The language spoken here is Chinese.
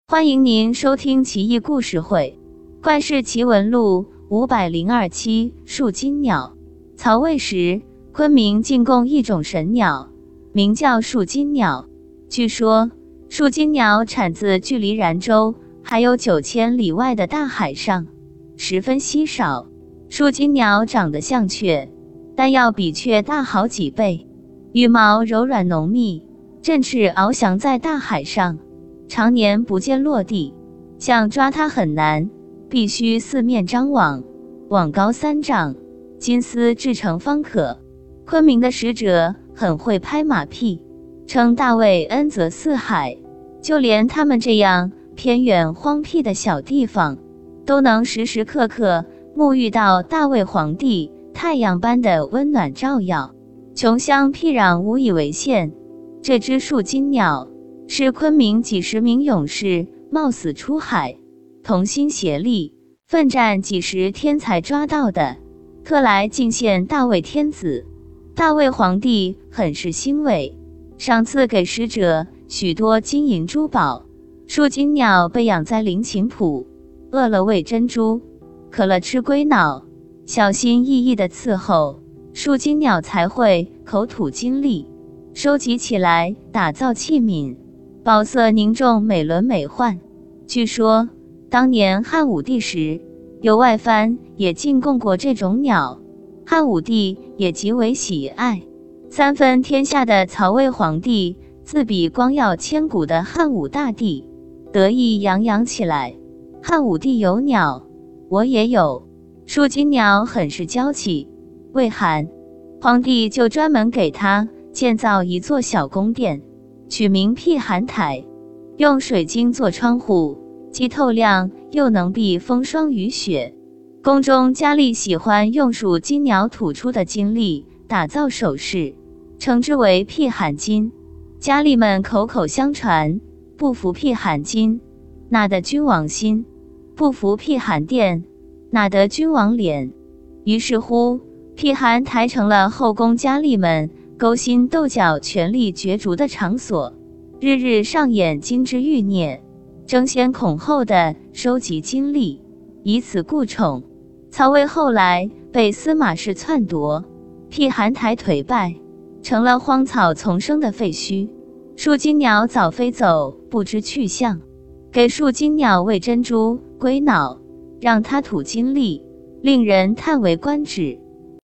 欢迎您收听奇异故事会《怪事奇闻录》502期树金鸟。曹魏时，昆明进贡一种神鸟，名叫树金鸟。据说，树金鸟产自距离冉州还有9000里外的大海上，十分稀少。树金鸟长得像雀，但要比雀大好几倍，羽毛柔软浓密，振翅翱翔在大海上，常年不见落地，想抓它很难，必须四面张网，网高3丈，金丝制成方可。昆明的使者很会拍马屁，称大卫恩泽四海，就连他们这样偏远荒僻的小地方，都能时时刻刻沐浴到大卫皇帝太阳般的温暖照耀，穷乡僻壤无以为羡。这只树金鸟是昆明几十名勇士冒死出海，同心协力，奋战几十天才抓到的，特来敬献大卫天子。大卫皇帝很是欣慰，赏赐给使者许多金银珠宝。树金鸟被养在陵寝圃，饿了喂珍珠，渴了吃龟脑，小心翼翼地伺候，树金鸟才会口吐金粒，收集起来打造器皿，宝色凝重，美轮美奂。据说当年汉武帝时，有外藩也进贡过这种鸟，汉武帝也极为喜爱。3分天下的曹魏皇帝自比光耀千古的汉武大帝，得意洋洋起来。汉武帝有鸟，我也有。树金鸟很是娇气，魏韩皇帝就专门给他建造一座小宫殿，取名辟寒台，用水晶做窗户，既透亮又能避风霜雨雪。宫中佳丽喜欢用树金鸟吐出的金粒打造首饰，称之为辟寒金。佳丽们口口相传，不服辟寒金，哪得君王心；不服辟寒殿，哪得君王脸。于是乎，辟寒台成了后宫佳丽们勾心斗角、权力角逐的场所，日日上演金枝玉孽，争先恐后的收集金粒，以此顾宠。曹魏后来被司马氏篡夺，辟寒台颓败，成了荒草丛生的废墟。树金鸟早飞走，不知去向。给树金鸟喂珍珠、龟脑，让它吐金粒，令人叹为观止。